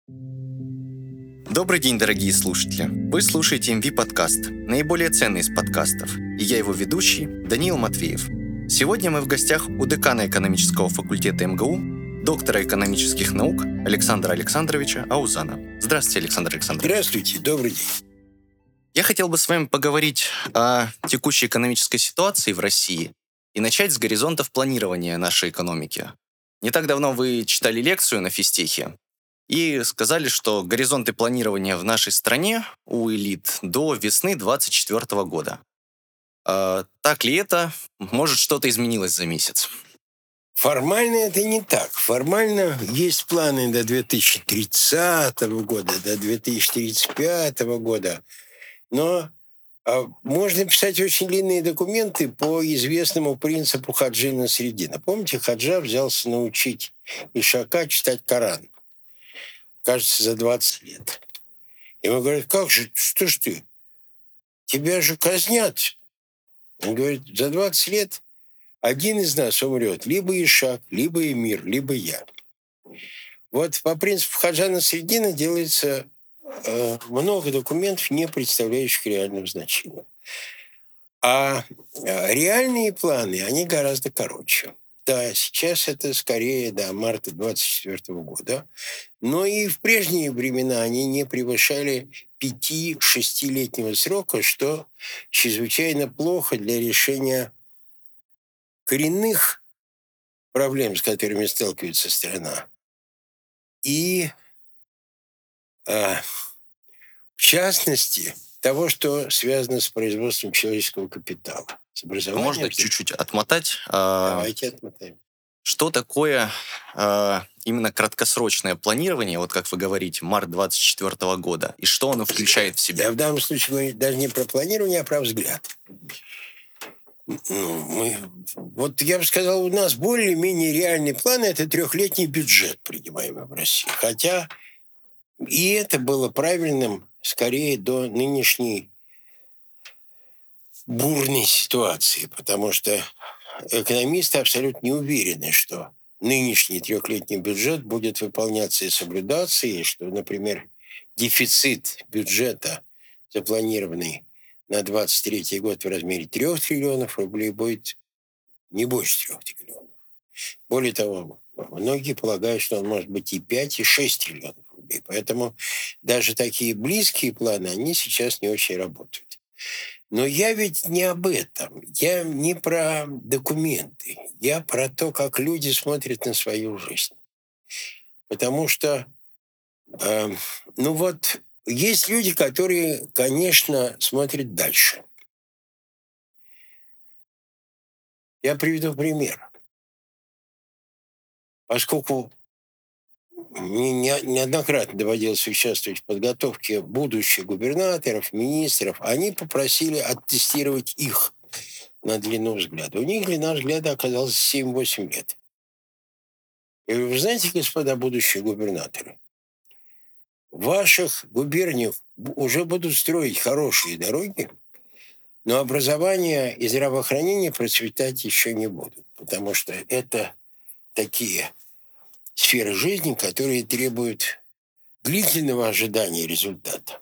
Добрый день, дорогие слушатели! Вы слушаете МВ подкаст, наиболее ценный из подкастов, и я его ведущий Даниил Матвеев. Сегодня мы в гостях у декана экономического факультета МГУ, доктора экономических наук Александра Александровича Аузана. Здравствуйте, Александр Александрович. Здравствуйте, добрый день. Я хотел бы с вами поговорить о текущей экономической ситуации в России и начать с горизонтов планирования нашей экономики. Не так давно вы читали лекцию на физтехе и сказали, что горизонты планирования в нашей стране у элит до весны 2024 года. Так ли это? Может, что-то изменилось за месяц? Формально это не так. Формально есть планы до 2030 года, до 2035 года. Но можно писать очень длинные документы по известному принципу Хаджи Насреддина. Помните, Хаджа взялся научить Ишака читать Коран. Кажется, за 20 лет. Ему говорят, как же, что ж ты? Тебя же казнят. Он говорит, за 20 лет один из нас умрет. Либо Ишак, либо Эмир, либо я. Вот по принципу Хаджа Насреддина делается много документов, не представляющих реального значения. А реальные планы, они гораздо короче. Да, сейчас это скорее до марта 2024 года. Но и в прежние времена они не превышали 5-6-летнего срока, что чрезвычайно плохо для решения коренных проблем, с которыми сталкивается страна. И, в частности, того, что связано с производством человеческого капитала. С образованием. Можно чуть-чуть отмотать? Давайте отмотаем. Что такое именно краткосрочное планирование, вот как вы говорите, март 2024 года, и что оно включает в себя? Я в данном случае говорю даже не про планирование, а про взгляд. Вот я бы сказал, у нас более-менее реальный план – это 3-летний бюджет, принимаемый в России. Хотя и это было правильным скорее до нынешней бурной ситуации, потому что экономисты абсолютно не уверены, что нынешний 3-летний бюджет будет выполняться и соблюдаться, и что, например, дефицит бюджета, запланированный на 2023 год в размере 3 триллионов рублей, будет не больше 3 триллионов. Более того, многие полагают, что он может быть и 5, и 6 триллионов рублей. Поэтому даже такие близкие планы, они сейчас не очень работают. Но я ведь не об этом. Я не про документы. Я про то, как люди смотрят на свою жизнь. Потому что, есть люди, которые, конечно, смотрят дальше. Я приведу пример. Поскольку мне неоднократно доводилось участвовать в подготовке будущих губернаторов, министров, они попросили оттестировать их на длину взгляда. У них длина взгляда оказалась 7-8 лет. Я говорю, вы знаете, господа будущие губернаторы, в ваших губерниях уже будут строить хорошие дороги, но образование и здравоохранение процветать еще не будут, потому что это такие сферы жизни, которые требуют длительного ожидания результата.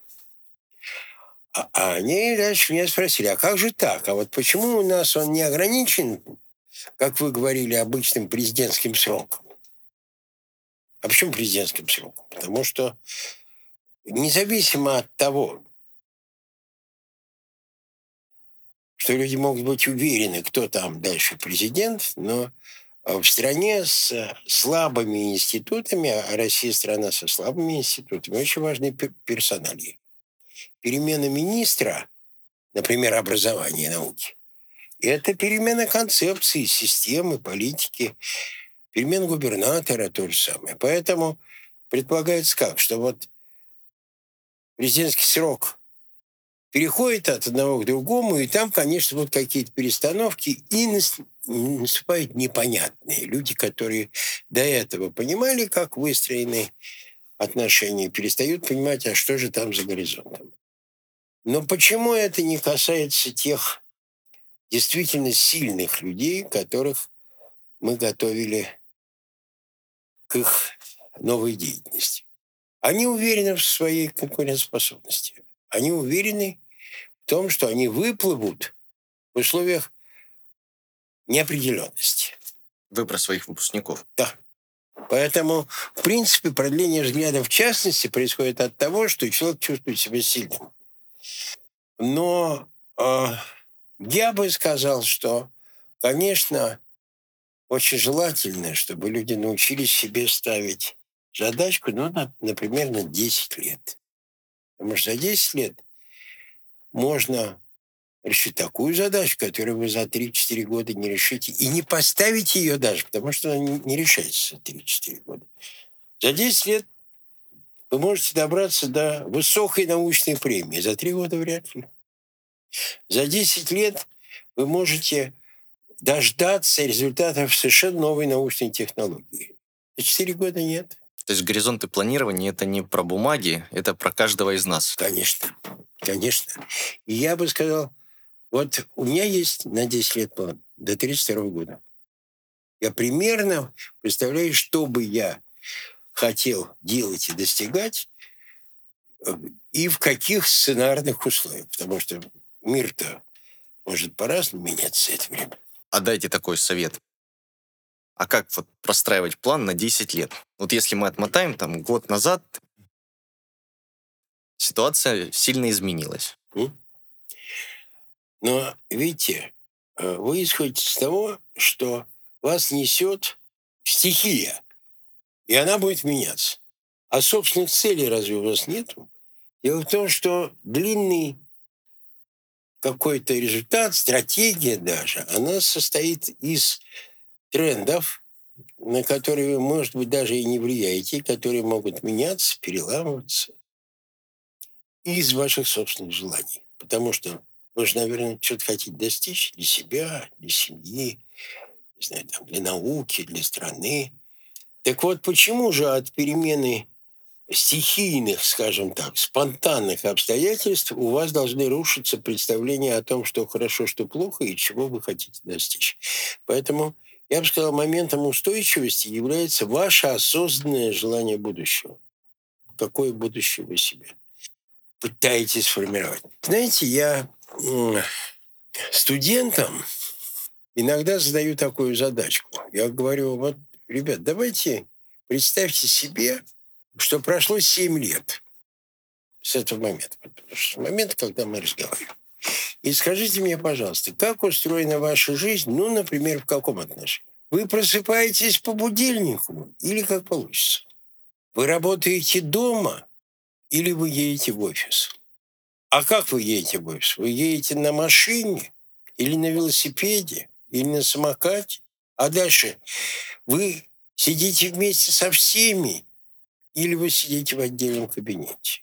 А они дальше меня спросили, а как же так? А вот почему у нас он не ограничен, как вы говорили, обычным президентским сроком? А почему президентским сроком? Потому что независимо от того, что люди могут быть уверены, кто там дальше президент, но в стране с слабыми институтами, а Россия страна со слабыми институтами, очень важны персоналии. Перемена министра, например, образования и науки, это перемена концепции, системы, политики, перемена губернатора то же самое. Поэтому предполагается как, что вот президентский срок переходит от одного к другому, и там, конечно, будут какие-то перестановки, и наступают непонятные люди, которые до этого понимали, как выстроены отношения, перестают понимать, а что же там за горизонтом. Но почему это не касается тех действительно сильных людей, которых мы готовили к их новой деятельности? Они уверены в своей конкурентоспособности. Они уверены в том, что они выплывут в условиях неопределенности. Вы про своих выпускников. Да. Поэтому, в принципе, продление взгляда в частности происходит от того, что человек чувствует себя сильным. Но я бы сказал, что, конечно, очень желательно, чтобы люди научились себе ставить задачку, например, на 10 лет. Потому что за 10 лет можно решить такую задачу, которую вы за 3-4 года не решите, и не поставите ее даже, потому что она не решается за 3-4 года. За 10 лет вы можете добраться до высокой научной премии, за 3 года вряд ли. За 10 лет вы можете дождаться результатов совершенно новой научной технологии. За 4 года нет. То есть горизонты планирования — это не про бумаги, это про каждого из нас. Конечно, конечно. И я бы сказал, вот у меня есть на 10 лет план до 32 года. Я примерно представляю, что бы я хотел делать и достигать, и в каких сценарных условиях. Потому что мир-то может по-разному меняться за это время. А дайте такой совет. А как вот простраивать план на 10 лет? Вот если мы отмотаем там год назад, ситуация сильно изменилась. Но, видите, вы исходите из того, что вас несет стихия, и она будет меняться. А собственных целей разве у вас нету? Дело в том, что длинный какой-то результат, стратегия даже, она состоит из трендов, на которые вы, может быть, даже и не влияете, которые могут меняться, переламываться, и из ваших собственных желаний. Потому что вы же, наверное, что-то хотите достичь для себя, для семьи, не знаю, там, для науки, для страны. Так вот, почему же от перемены стихийных, скажем так, спонтанных обстоятельств у вас должны рушиться представления о том, что хорошо, что плохо и чего вы хотите достичь? Поэтому я бы сказал, моментом устойчивости является ваше осознанное желание будущего. Какое будущее вы себе пытаетесь сформировать? Знаете, я студентам иногда задаю такую задачку. Я говорю, вот, ребят, давайте представьте себе, что прошло 7 лет с этого момента. С момента, когда мы разговариваем. И скажите мне, пожалуйста, как устроена ваша жизнь, например, в каком отношении? Вы просыпаетесь по будильнику или как получится? Вы работаете дома или вы едете в офис? А как вы едете в офис? Вы едете на машине или на велосипеде, или на самокате? А дальше вы сидите вместе со всеми или вы сидите в отдельном кабинете?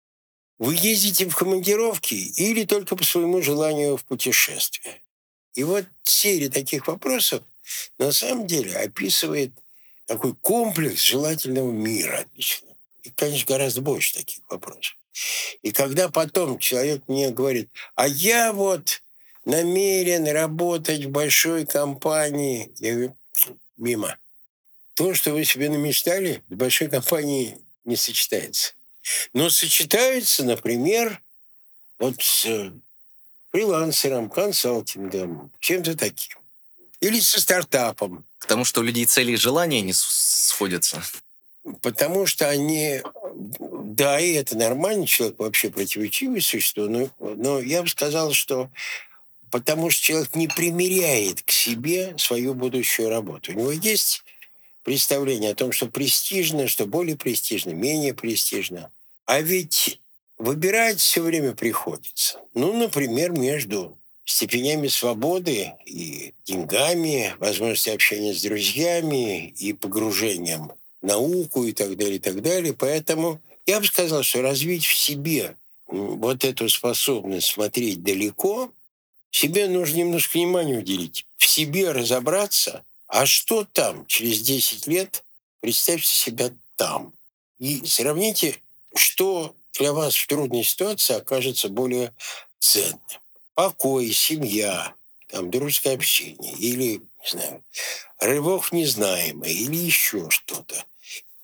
Вы ездите в командировки или только по своему желанию в путешествие? И вот серия таких вопросов на самом деле описывает такой комплекс желательного мира для человека. И, конечно, гораздо больше таких вопросов. И когда потом человек мне говорит, а я вот намерен работать в большой компании, я говорю, мимо. То, что вы себе намечтали, с большой компанией не сочетается. Но сочетается, например, вот с фрилансером, консалтингом, чем-то таким. Или со стартапом. Потому что у людей цели и желания не сходятся. Потому что они... Да, и это нормально, человек вообще противоречивое существо, но я бы сказал, что потому что человек не примеряет к себе свою будущую работу. У него есть представление о том, что престижно, что более престижно, менее престижно. А ведь выбирать все время приходится. Например, между степенями свободы и деньгами, возможностью общения с друзьями и погружением в науку и так далее, и так далее. Поэтому я бы сказал, что развить в себе вот эту способность смотреть далеко, себе нужно немножко внимания уделить, в себе разобраться, а что там через 10 лет, представьте себя там. И сравните, что для вас в трудной ситуации окажется более ценным. Покой, семья, там, дружеское общение или, не знаю, рывок в незнаемое или еще что-то.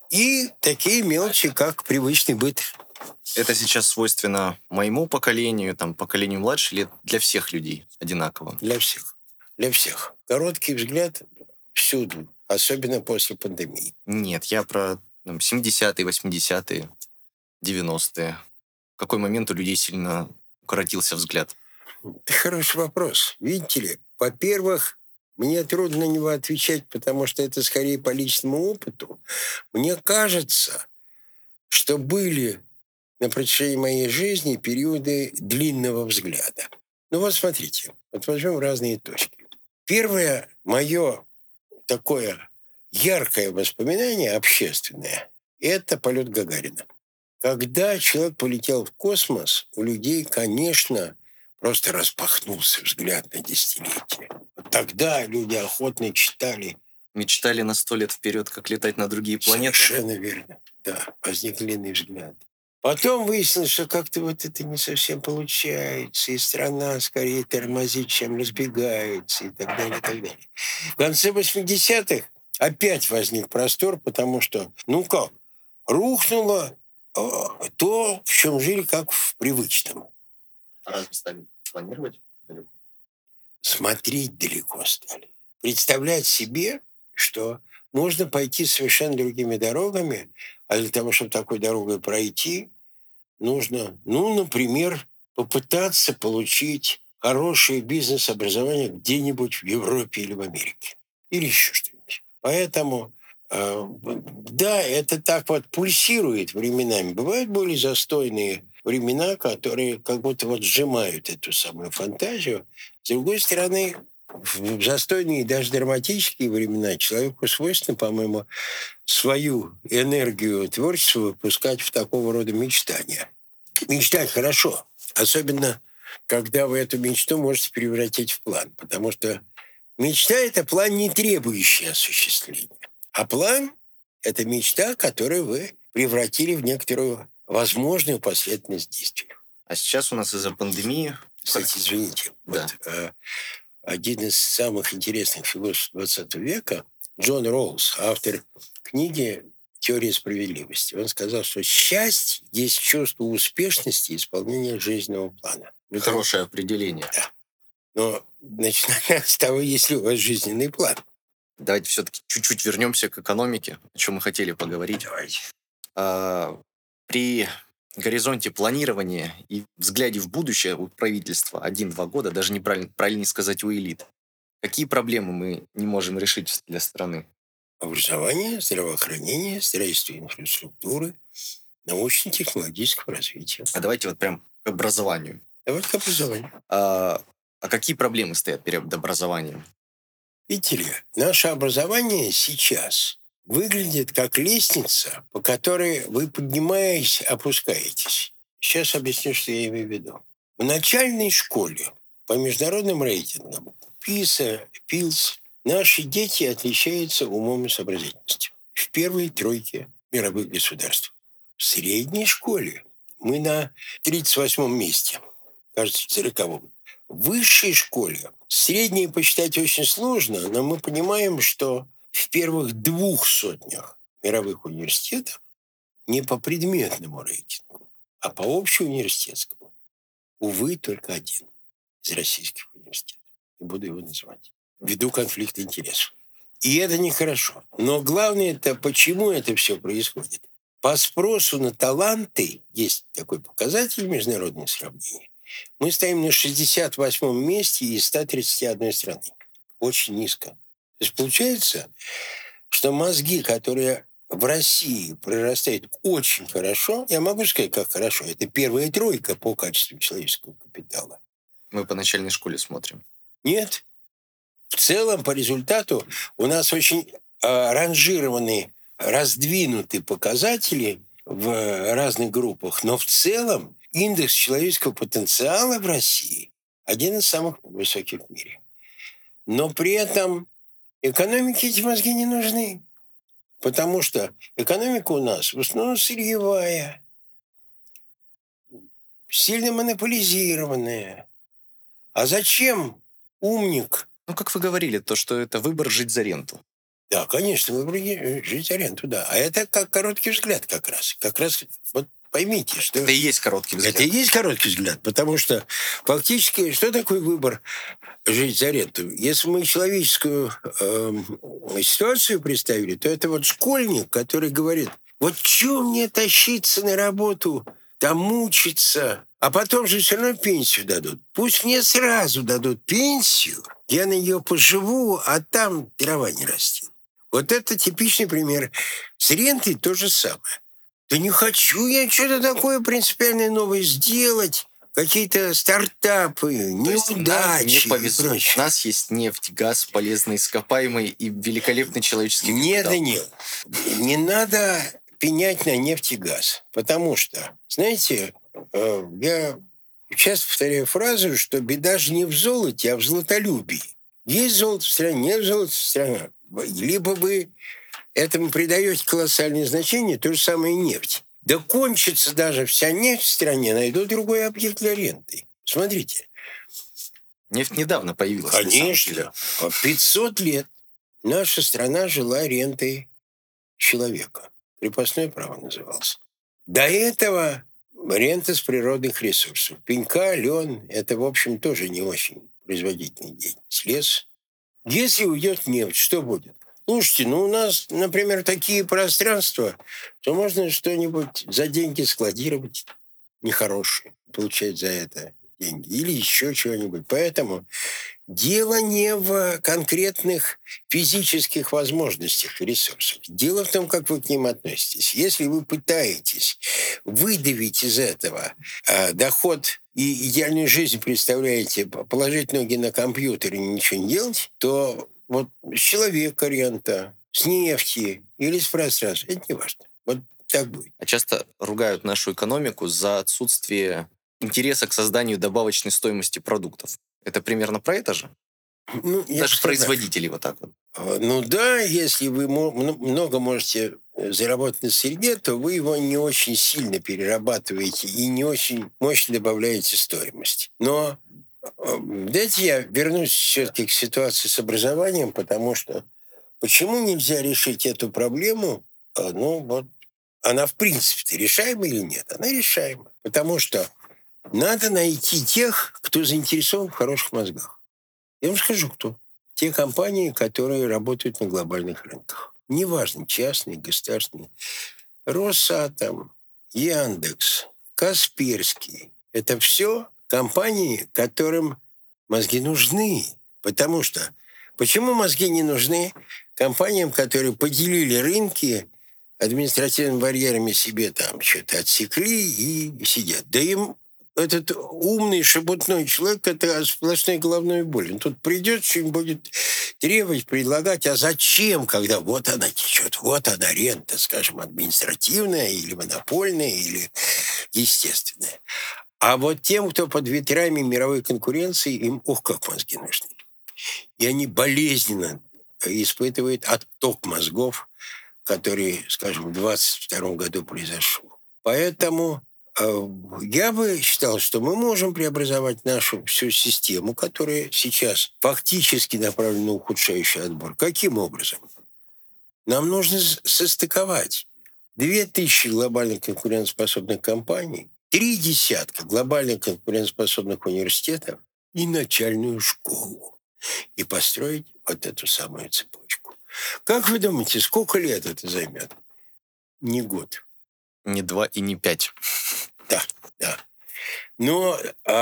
И такие мелочи, как привычный быт. Это сейчас свойственно моему поколению, поколению младше, или для всех людей одинаково? Для всех. Для всех. Короткий взгляд всюду, особенно после пандемии. Нет, я про 70-е, 80-е, 90-е. В какой момент у людей сильно укоротился взгляд? Это хороший вопрос. Видите ли, во-первых, мне трудно на него отвечать, потому что это скорее по личному опыту. Мне кажется, что были на протяжении моей жизни периоды длинного взгляда. Ну вот смотрите, вот возьмем разные точки. Первое мое такое яркое воспоминание общественное – это полет Гагарина. Когда человек полетел в космос, у людей, конечно, просто распахнулся взгляд на десятилетия. Вот тогда люди охотно читали. Мечтали на 100 лет вперед, как летать на другие планеты? Совершенно верно. Да, возник длинный взгляд. Потом выяснилось, что как-то вот это не совсем получается, и страна скорее тормозит, чем разбегается, и так далее, и так далее. В конце 80-х опять возник простор, потому что, рухнуло то, в чем жили, как в привычном. А разве стали планировать далеко? Смотреть далеко стали. Представлять себе, что можно пойти совершенно другими дорогами, а для того, чтобы такой дорогой пройти, нужно, например, попытаться получить хорошее бизнес-образование где-нибудь в Европе или в Америке. Или еще что-нибудь. Поэтому, да, это так вот пульсирует временами. Бывают более застойные времена, которые как будто вот сжимают эту самую фантазию. С другой стороны, в застойные и даже драматические времена человеку свойственно, по-моему, свою энергию творчества выпускать в такого рода мечтания. Мечтать хорошо, особенно когда вы эту мечту можете превратить в план, потому что мечта – это план, не требующий осуществления, а план – это мечта, которую вы превратили в некоторую возможную последовательность действий. А сейчас у нас из-за пандемии... Кстати, извините, Да. вот один из самых интересных философов 20 века, Джон Роулс, автор книги «Теория справедливости», он сказал, что счастье есть чувство успешности и исполнения жизненного плана. Хорошее определение. Да. Но начиная с того, есть ли у вас жизненный план. Давайте все-таки чуть-чуть вернемся к экономике, о чем мы хотели поговорить. Давайте. При горизонте планирования и взгляде в будущее у правительства 1-2 года, даже правильнее сказать у элит, какие проблемы мы не можем решить для страны? Образование, здравоохранение, строительство инфраструктуры, научно-технологического развития. А давайте вот прям к образованию. Давайте к образованию. А какие проблемы стоят перед образованием? Видите ли, наше образование сейчас выглядит как лестница, по которой вы, поднимаясь, опускаетесь. Сейчас объясню, что я имею в виду. В начальной школе по международным рейтингам ПИСа, ПИЛС наши дети отличаются умом и сообразительностью. В первой тройке мировых государств. В средней школе мы на 38-м месте. Кажется, 40-м. В высшей школе среднее посчитать очень сложно, но мы понимаем, что в первых 200 мировых университетов не по предметному рейтингу, а по общеуниверситетскому. Увы, только один из российских университетов. Не буду его называть. Ввиду конфликта интересов. И это нехорошо. Но главное, это почему это все происходит. По спросу на таланты, есть такой показатель в международном сравнении, мы стоим на 68-м месте из 131 страны. Очень низко. То есть получается, что мозги, которые в России прорастают очень хорошо, я могу сказать, как хорошо, это первая тройка по качеству человеческого капитала. Мы по начальной школе смотрим. Нет. В целом, по результату, у нас очень ранжированные, раздвинутые показатели в разных группах, но в целом индекс человеческого потенциала в России один из самых высоких в мире. Но при этом экономике эти мозги не нужны. Потому что экономика у нас в основном сырьевая, сильно монополизированная. А зачем умник? Как вы говорили, то, что это выбор жить за ренту. Да, конечно, выбрали жить за ренту, да. А это как короткий взгляд как раз. Как раз вот поймите, что... Это и есть короткий взгляд. Это и есть короткий взгляд, потому что фактически что такое выбор жить за ренту? Если мы человеческую ситуацию представили, то это вот школьник, который говорит, вот чё мне тащиться на работу, там мучиться, а потом же все равно пенсию дадут. Пусть мне сразу дадут пенсию, я на нее поживу, а там трава не растет. Вот это типичный пример. С рентой то же самое. Да не хочу я что-то такое принципиальное новое сделать. Какие-то стартапы, То есть нам неудачи не повезло. и У прочее. нас есть нефть, газ, полезные ископаемые и великолепный человеческий Нет, капитал. да нет. Не надо пенять на нефть и газ. Потому что, знаете, я часто повторяю фразу, что беда же не в золоте, а в золотолюбии. Есть золото в стране, нет золота в стране. Либо вы этому придаете колоссальное значение, то же самое нефть. Да кончится даже вся нефть в стране, найдут другой объект для ренты. Смотрите. Нефть недавно появилась, на самом деле. Конечно. 500 лет наша страна жила рентой человека. Крепостное право назывался. До этого рента с природных ресурсов. Пенька, лен – это, в общем, тоже не очень производительный деятельность. Лес. Если уйдет нефть, что будет? Слушайте, у нас, например, такие пространства, то можно что-нибудь за деньги складировать нехорошее, получать за это деньги. Или еще чего-нибудь. Поэтому дело не в конкретных физических возможностях и ресурсах. Дело в том, как вы к ним относитесь. Если вы пытаетесь выдавить из этого доход и идеальную жизнь представляете, положить ноги на компьютер и ничего не делать, то вот с человека рента, с нефти или с пространства, это не важно. Вот так будет. А часто ругают нашу экономику за отсутствие интереса к созданию добавочной стоимости продуктов. Это примерно про это же? Я Даже бы сказал, производителей вот так вот. да, если вы много можете заработать на сырье, то вы его не очень сильно перерабатываете и не очень мощно добавляете стоимость. Но дайте я вернусь все-таки к ситуации с образованием, потому что почему нельзя решить эту проблему? Она в принципе решаема или нет? Она решаема, потому что надо найти тех, кто заинтересован в хороших мозгах. Я вам скажу, кто. Те компании, которые работают на глобальных рынках. Неважно, частные, государственные. Росатом, Яндекс, Касперский. Это все компании, которым мозги нужны. Потому что... Почему мозги не нужны компаниям, которые поделили рынки, административными барьерами себе там что-то отсекли и сидят? Да им этот умный, шебутной человек – это сплошная головная боль. Он тут придет, что-нибудь будет требовать, предлагать. А зачем, когда вот она течет, вот она рента, скажем, административная или монопольная, или естественная. А вот тем, кто под ветрами мировой конкуренции, им, как мозги нужны. И они болезненно испытывают отток мозгов, который, скажем, в 2022 году произошел. Поэтому я бы считал, что мы можем преобразовать нашу всю систему, которая сейчас фактически направлена на ухудшающий отбор. Каким образом? Нам нужно состыковать 2000 глобально конкурентоспособных компаний, 3 десятка глобально конкурентоспособных университетов и начальную школу. И построить вот эту самую цепочку. Как вы думаете, сколько лет это займет? Не год. Не 2 и не 5. Да. Но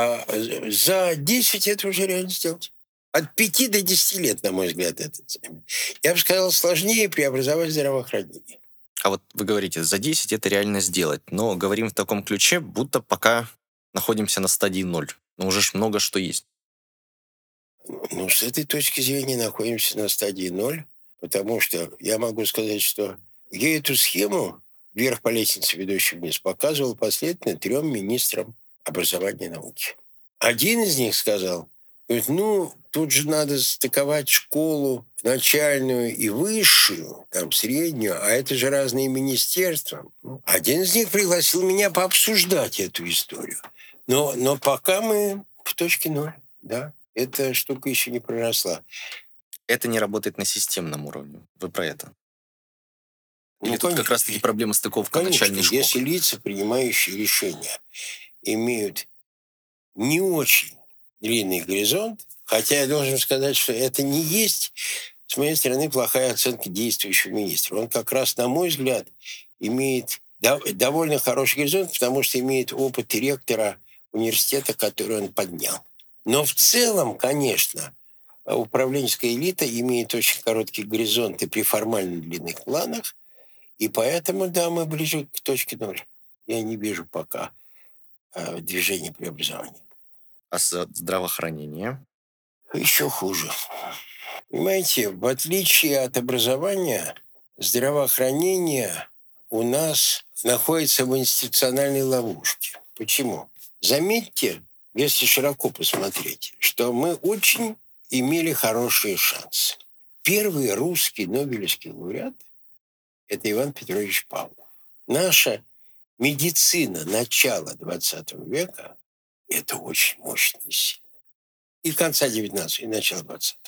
за 10 это уже реально сделать. От 5 до 10 лет, на мой взгляд, это займет. Я бы сказал, сложнее преобразовать здравоохранение. А вот вы говорите, за 10 это реально сделать. Но говорим в таком ключе, будто пока находимся на стадии 0. Но уже ж много что есть. С этой точки зрения находимся на стадии 0, потому что я могу сказать, что я эту схему вверх по лестнице, ведущей вниз, показывал последовательно 3 министрам образования и науки. Один из них сказал, говорит, тут же надо стыковать школу начальную и высшую, там среднюю, а это же разные министерства. Один из них пригласил меня пообсуждать эту историю. Но пока мы в точке 0, да. Эта штука еще не проросла. это не работает на системном уровне. Вы про это? Или Ну, тут как конечно. раз-таки проблема стыковка Конечно, начальной школы? если лица, принимающие решения, имеют не очень длинный горизонт, хотя я должен сказать, что это не есть, с моей стороны, плохая оценка действующего министра. Он как раз, на мой взгляд, имеет довольно хороший горизонт, потому что имеет опыт ректора университета, который он поднял. Но в целом, конечно, управленческая элита имеет очень короткие горизонты при формально длинных планах, и поэтому, да, мы ближе к точке ноль. Я не вижу пока движения преобразования. А здравоохранение? Еще хуже. Понимаете, в отличие от образования, здравоохранение у нас находится в институциональной ловушке. Почему? Заметьте, если широко посмотреть, что мы очень имели хорошие шансы. Первый русский нобелевский лауреат – это Иван Петрович Павлов. Наша медицина начала XX века – это очень мощные силы. И конца 19 и начала 20.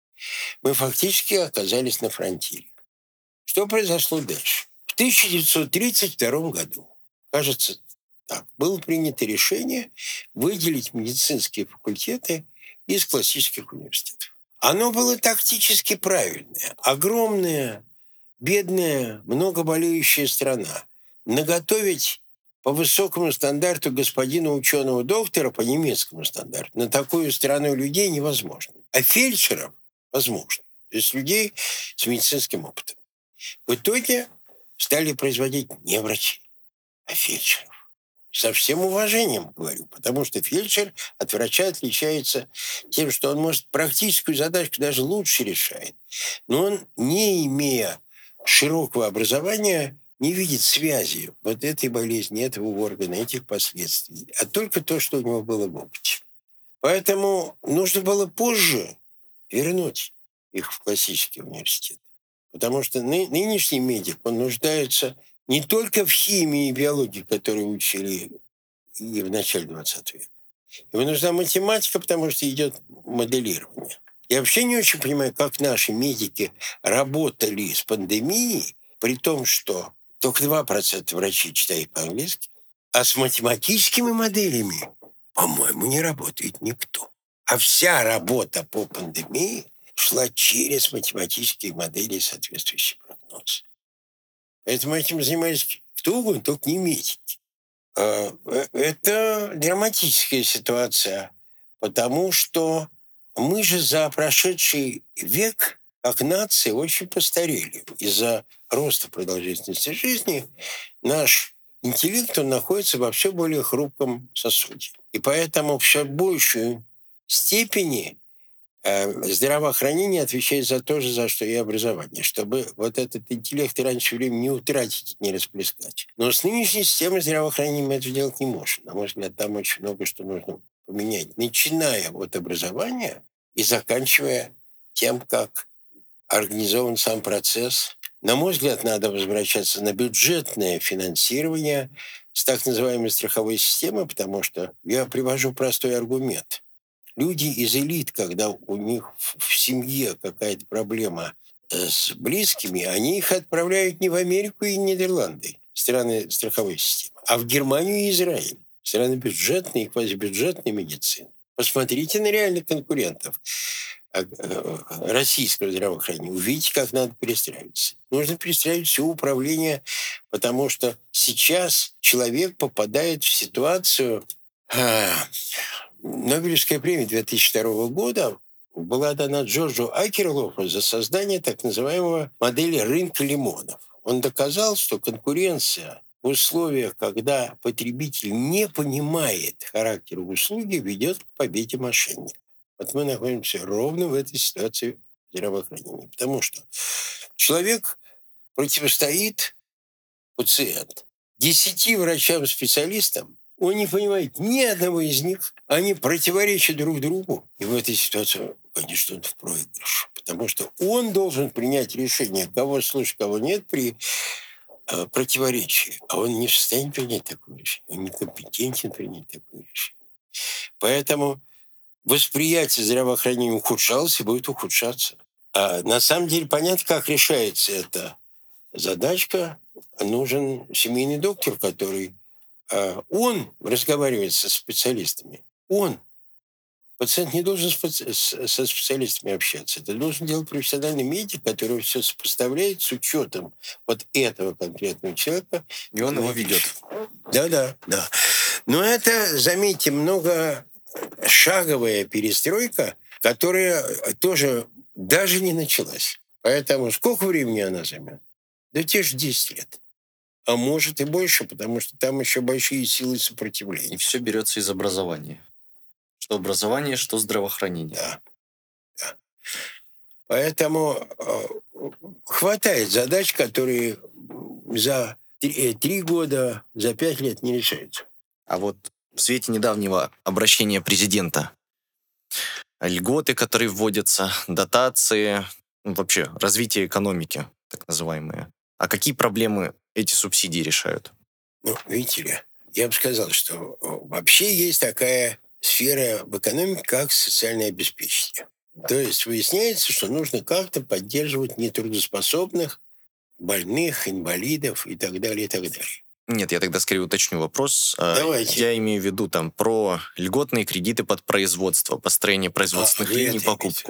Мы фактически оказались на фронтире. Что произошло дальше? В 1932 году, кажется, так, было принято решение выделить медицинские факультеты из классических университетов. Оно было тактически правильное. Огромная, бедная, многоболеющая страна. Наготовить по высокому стандарту господина ученого-доктора, по немецкому стандарту, на такую страну людей невозможно. А фельдшеров возможно. То есть людей с медицинским опытом. В итоге стали производить не врачей, а фельдшеров. Со всем уважением говорю, потому что фельдшер от врача отличается тем, что он может практическую задачку даже лучше решает. Но он, не имея широкого образования, не видит связи вот этой болезни, этого органа, этих последствий, а только то, что у него было в опыте. Поэтому нужно было позже вернуть их в классический университет. Потому что нынешний медик, он нуждается не только в химии и биологии, которые учили и в начале 20 века. Ему нужна математика, потому что идет моделирование. Я вообще не очень понимаю, как наши медики работали с пандемией, при том, что только 2% врачей читают по-английски, а с математическими моделями, по-моему, не работает никто. А вся работа по пандемии шла через математические модели и соответствующие прогнозы. Поэтому этим занимались кто угодно, только не медики. Это драматическая ситуация, потому что мы же за прошедший век, как нация, очень постарели. Из-за роста продолжительности жизни наш интеллект, он находится во все более хрупком сосуде. И поэтому в все большей степени здравоохранение отвечает за то же, за что и образование, чтобы вот этот интеллект раньше времени не утратить, не расплескать. Но с нынешней системой здравоохранения мы это делать не можем. На мой взгляд, там очень много что нужно поменять, начиная от образования и заканчивая тем, как организован сам процесс. На мой взгляд, надо возвращаться на бюджетное финансирование с так называемой страховой системы, потому что я привожу простой аргумент. Люди из элит, когда у них в семье какая-то проблема с близкими, они их отправляют не в Америку и Нидерланды, страны страховой системы, а в Германию и Израиль, страны бюджетной и квазибюджетной медицины. Посмотрите на реальных конкурентов российского здравоохранения. Увидите, как надо перестраиваться. Нужно перестраивать все управление, потому что сейчас человек попадает в ситуацию... Нобелевская премия 2002 года была дана Джорджу Акерлофу за создание так называемого модели рынка лимонов. Он доказал, что конкуренция в условиях, когда потребитель не понимает характер услуги, ведет к победе мошенников. Вот мы находимся ровно в этой ситуации здравоохранения. Потому что человек противостоит пациент 10 врачам-специалистам, он не понимает ни одного из них, они противоречат друг другу. И в этой ситуации, конечно, он в проигрыше. Потому что он должен принять решение, кого слушать, кого нет при противоречии. А он не в состоянии принять такое решение. Он некомпетентен принять такое решение. Поэтому восприятие здравоохранения ухудшалось и будет ухудшаться. А на самом деле понятно, как решается эта задачка. Нужен семейный доктор, который... он разговаривает со специалистами. Пациент не должен со специалистами общаться. Это должен делать профессиональный медик, который все сопоставляет с учетом вот этого конкретного человека. И он его ведет. Да. Но это, заметьте, многошаговая перестройка, которая тоже даже не началась. Поэтому сколько времени она займет? Да те же 10 лет. А может и больше, потому что там еще большие силы сопротивления. И все берется из образования. Что образование, что здравоохранение. Да. Поэтому хватает задач, которые за 3 года, за 5 лет не решаются. А вот в свете недавнего обращения президента, льготы, которые вводятся, дотации, вообще развитие экономики, так называемые. А какие проблемы эти субсидии решают? Ну, видите ли, я бы сказал, что вообще есть такая сфера в экономике, как социальное обеспечение. То есть выясняется, что нужно как-то поддерживать нетрудоспособных, больных, инвалидов и так далее, и так далее. Нет, я тогда скорее уточню вопрос. Давайте. Я имею в виду там про льготные кредиты под производство, построение производственных линий, покупку.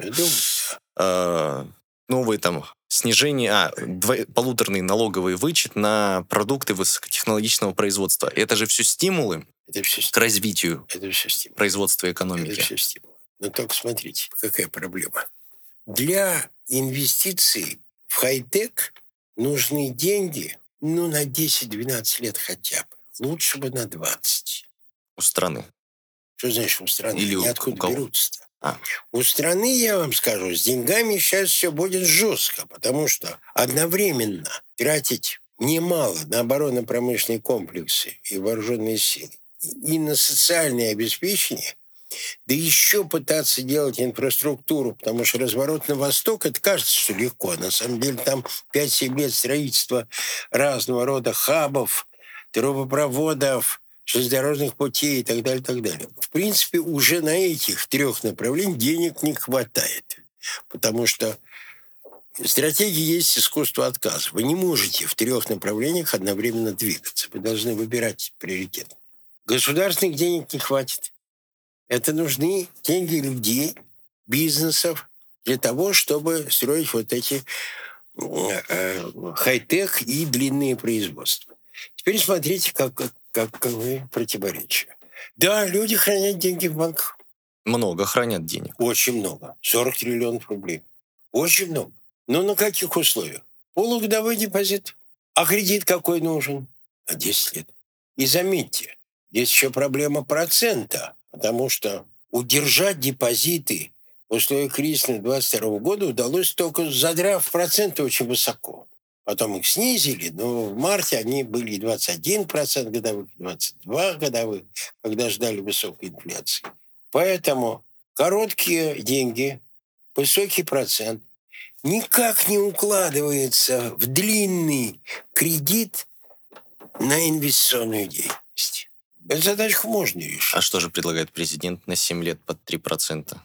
Новые там снижение, полуторный налоговый вычет на продукты высокотехнологичного производства. Это же все стимулы к развитию производства и экономики. Это все стимулы. Но только смотрите, какая проблема. Для инвестиций в хай-тек нужны деньги, на 10-12 лет хотя бы. Лучше бы на 20. У страны. Что значит у страны? Или они откуда берутся-то? У страны, я вам скажу, с деньгами сейчас все будет жестко, потому что одновременно тратить немало на оборонно-промышленные комплексы и вооруженные силы и на социальное обеспечение, да еще пытаться делать инфраструктуру, потому что разворот на восток, это кажется, что легко. А на самом деле там 5-7 лет строительства разного рода хабов, трубопроводов, железнодорожных путей и так далее, так далее. В принципе, уже на этих 3 направлениях денег не хватает. Потому что стратегия есть искусство отказа. Вы не можете в 3 направлениях одновременно двигаться. Вы должны выбирать приоритет. Государственных денег не хватит. Это нужны деньги людей, бизнесов для того, чтобы строить вот эти хай-тек и длинные производства. Теперь смотрите, каковы противоречия. Да, люди хранят деньги в банках. Много хранят денег. Очень много. 40 триллионов рублей. Очень много. Но на каких условиях? Полугодовой депозит. А кредит какой нужен? На 10 лет. И заметьте, есть еще проблема процента. Потому что удержать депозиты в условиях кризиса 2022 года удалось только задрав проценты очень высоко. Потом их снизили, но в марте они были 21% годовых, 22% годовых, когда ждали высокой инфляции. Поэтому короткие деньги, высокий процент никак не укладывается в длинный кредит на инвестиционную деятельность. Эту задачку можно решить. А что же предлагает президент на 7 лет под 3%?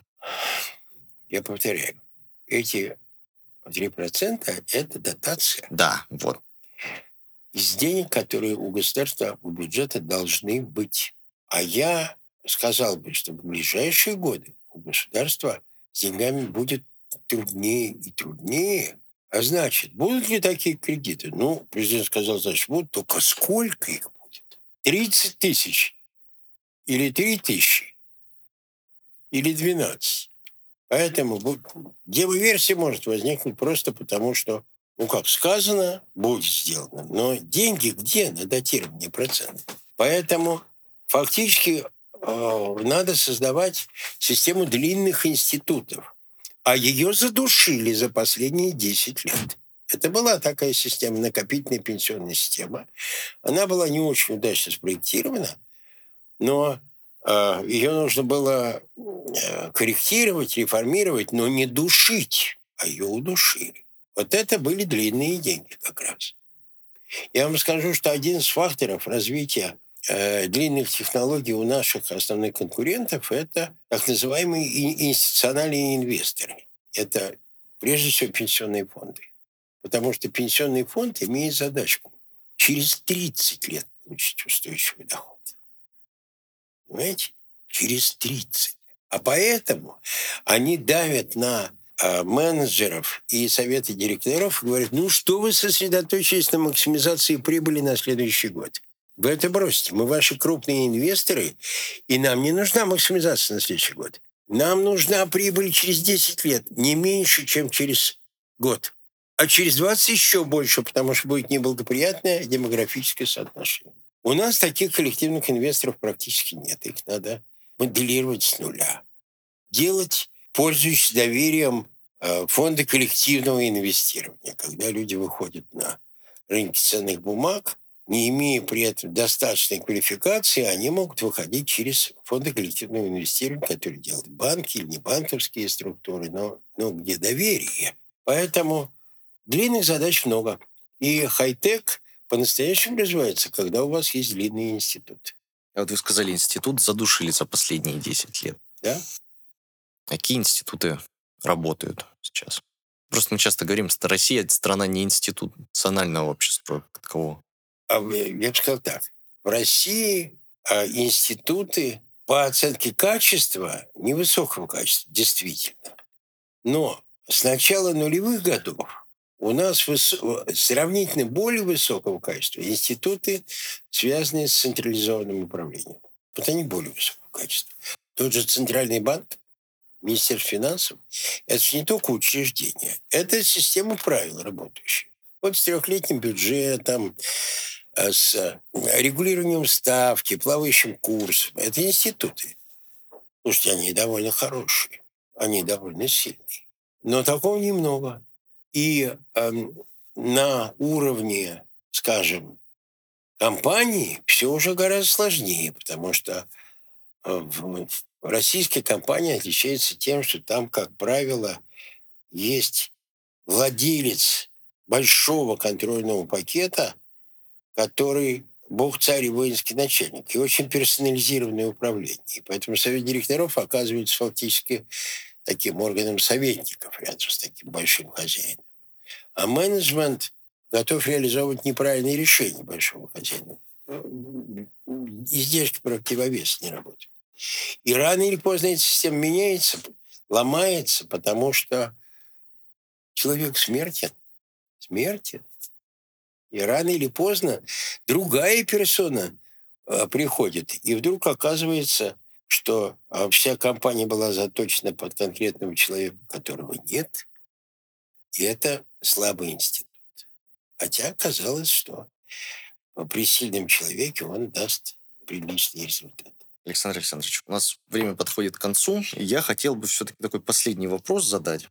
Я повторяю, эти 3% – это дотация. Да, вот. Из денег, которые у государства, у бюджета должны быть. А я сказал бы, что в ближайшие годы у государства с деньгами будет труднее и труднее. А значит, будут ли такие кредиты? Президент сказал, значит, будут. Только сколько их будет? 30 тысяч или 3 тысячи или 12. Поэтому демоверсия может возникнуть просто потому, что, как сказано, будет сделано. Но деньги где на датирование процентов? Поэтому фактически надо создавать систему длинных институтов. А ее задушили за последние 10 лет. Это была такая система, накопительная пенсионная система. Она была не очень удачно спроектирована, но ее нужно было корректировать, реформировать, но не душить, а ее удушили. Вот это были длинные деньги как раз. Я вам скажу, что один из факторов развития длинных технологий у наших основных конкурентов – это так называемые институциональные инвесторы. Это Прежде всего, пенсионные фонды. Потому что пенсионный фонд имеет задачку через 30 лет получить устойчивый доход. Понимаете? Через 30. А поэтому они давят на менеджеров и советы директоров и говорят, ну что вы сосредоточились на максимизации прибыли на следующий год? Вы это бросьте. Мы ваши крупные инвесторы, и нам не нужна максимизация на следующий год. Нам нужна прибыль через 10 лет, не меньше, чем через год. А через 20 еще больше, потому что будет неблагоприятное демографическое соотношение. У нас таких коллективных инвесторов практически нет. Их надо моделировать с нуля. Делать, пользуясь доверием фонда коллективного инвестирования. Когда люди выходят на рынки ценных бумаг, не имея при этом достаточной квалификации, они могут выходить через фонды коллективного инвестирования, которые делают банки или не банковские структуры, но где доверие. Поэтому длинных задач много. И хай-тек по-настоящему развивается, когда у вас есть длинные институты. А вот вы сказали, институт задушили за последние 10 лет. Да? Какие институты работают сейчас? Просто мы часто говорим, что Россия – это страна не институционального общества как такового. Я бы сказал так. В России институты по оценке качества невысокого качества, действительно. Но с начала нулевых годов у нас сравнительно более высокого качества институты, связанные с централизованным управлением. Вот они более высокого качества. Тот же Центральный банк, Министерство финансов – это же не только учреждение, это система правил работающая. Вот с трехлетним бюджетом, с регулированием ставки, плавающим курсом. Это институты. Слушайте, они довольно хорошие, они довольно сильные. Но такого немного. И на уровне, скажем, компании все уже гораздо сложнее, потому что российская компания отличается тем, что там, как правило, есть владелец большого контрольного пакета, который бог, царь и воинский начальник, и очень персонализированное управление. И поэтому совет директоров оказывается фактически таким органом советников рядом с таким большим хозяином. А менеджмент готов реализовывать неправильные решения большого хозяина. Издержки противовес не работают. И рано или поздно эта система меняется, ломается, потому что человек смертен. Смертен. И рано или поздно другая персона приходит. И вдруг оказывается, что вся компания была заточена под конкретного человека, которого нет. И это слабый институт. Хотя оказалось, что при сильном человеке он даст приличный результат. Александр Александрович, у нас время подходит к концу, и я хотел бы все-таки такой последний вопрос задать.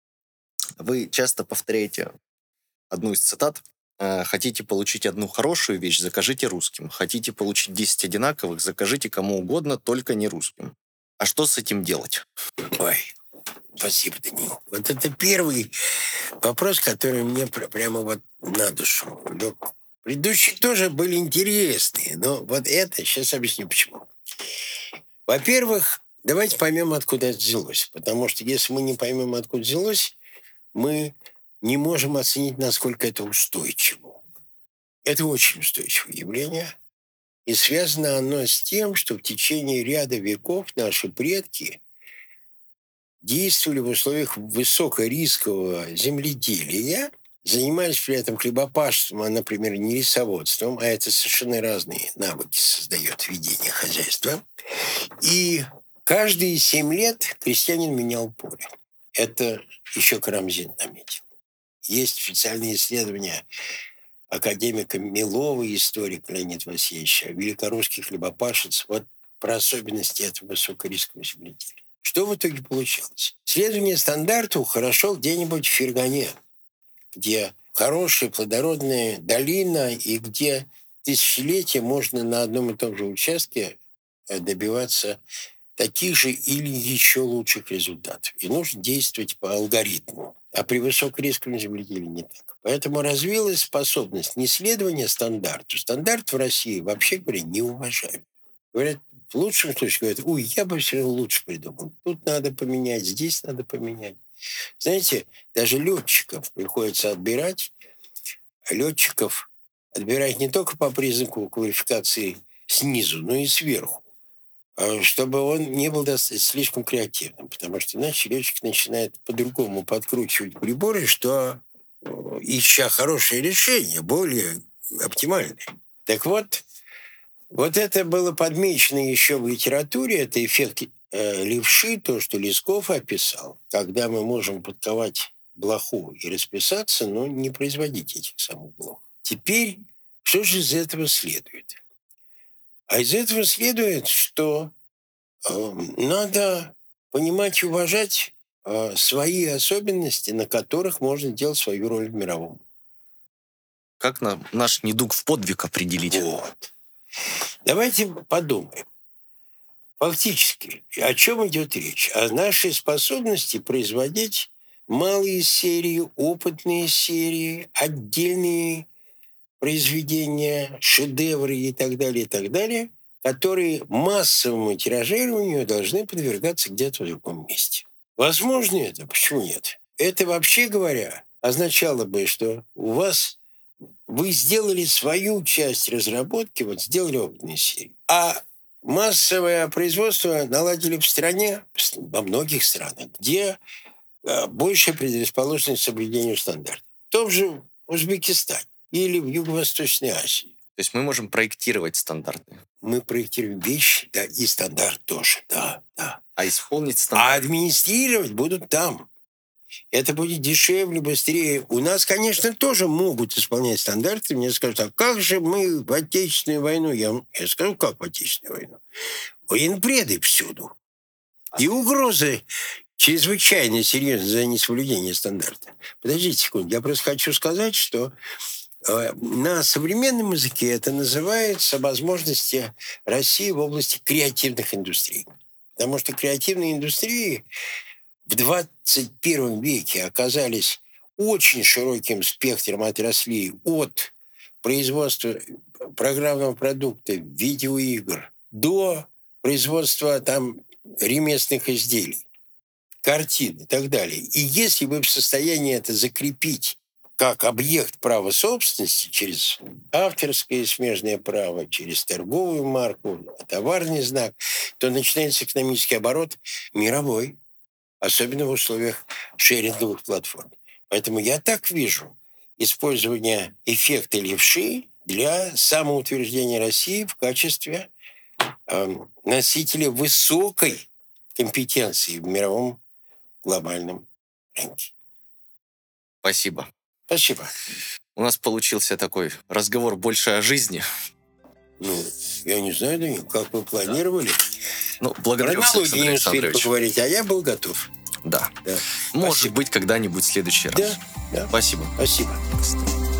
Вы часто повторяете одну из цитат. Хотите получить одну хорошую вещь, закажите русским. Хотите получить 10 одинаковых, закажите кому угодно, только не русским. А что с этим делать? Ой, спасибо, Данил. Вот это первый вопрос, который мне прямо вот на душу лег. Предыдущие тоже были интересные, но вот это, сейчас объясню почему. Во-первых, давайте поймем, откуда это взялось. Потому что если мы не поймем, откуда взялось, мы не можем оценить, насколько это устойчиво. Это очень устойчивое явление. И связано оно с тем, что в течение ряда веков наши предки действовали в условиях высокорискового земледелия, занимались при этом хлебопашеством, а, например, не лесоводством, а это совершенно разные навыки создает ведение хозяйства. И каждые 7 лет крестьянин менял поле. Это еще Карамзин наметил. Есть официальные исследования академика Милова, историка Леонида Васильевича, великорусских хлебопашец, вот про особенности этого высокорискового земледелия. Что в итоге получалось? Следование стандарту хорошо где-нибудь в Фергане, где хорошая плодородная долина и где тысячелетия можно на одном и том же участке добиваться таких же или еще лучших результатов. И нужно действовать по алгоритму. А при высокорисковом земледелии не так. Поэтому развилась способность не следования стандарту. Стандарт в России, вообще говоря, не уважают. Говорят, в лучшем случае говорят, я бы все равно лучше придумал. Тут надо поменять, здесь надо поменять. Знаете, даже летчиков приходится отбирать. Летчиков отбирать не только по признаку квалификации снизу, но и сверху, чтобы он не был слишком креативным, потому что иначе летчик начинает по-другому подкручивать приборы, что ища хорошее решение, более оптимальное. Так вот, вот это было подмечено еще в литературе, это эффект левши, то, что Лесков описал, когда мы можем подковать блоху и расписаться, но не производить этих самых блох. Теперь, что же из этого следует? А из этого следует, что надо понимать и уважать свои особенности, на которых можно делать свою роль в мировом. Как нам наш недуг в подвиг определить? Вот. Давайте подумаем. Фактически, о чем идет речь? О нашей способности производить малые серии, опытные серии, отдельные произведения, шедевры и так далее, которые массовому тиражированию должны подвергаться где-то в другом месте. Возможно это? Почему нет? Это, вообще говоря, означало бы, что вы сделали свою часть разработки, вот сделали опытные серии, а массовое производство наладили в стране, во многих странах, где большая предрасположенность к соблюдению стандартов. В том же Узбекистане или в Юго-Восточной Азии. То есть мы можем проектировать стандарты. Мы проектируем вещи, да, и стандарт тоже, да. А исполнить А стандарт... администрировать будут там. Это будет дешевле, быстрее. У нас, конечно, тоже могут исполнять стандарты. Мне скажут, а как же мы в Отечественную войну? Я скажу, как в Отечественную войну? Военпреды всюду. И угрозы чрезвычайно серьезны за несоблюдение стандарта. Подождите секунду, я просто хочу сказать, что на современном языке это называется возможности России в области креативных индустрий. Потому что креативные индустрии в 21 веке оказались очень широким спектром отраслей от производства программного продукта, видеоигр до производства там ремесленных изделий, картин и так далее. И если вы в состоянии это закрепить как объект права собственности через авторское и смежное право, через торговую марку, товарный знак, то начинается экономический оборот мировой, особенно в условиях шеринговых платформ. Поэтому я так вижу использование эффекта левши для самоутверждения России в качестве носителя высокой компетенции в мировом глобальном рынке. Спасибо. Спасибо. У нас получился такой разговор больше о жизни. Ну, я не знаю, Данил, как вы планировали. Ну, благодарю вас, Александр Александр Александрович. поговорить, а я был готов. Да. Да. Может Спасибо. быть, когда-нибудь в следующий раз. Да. Спасибо. Спасибо.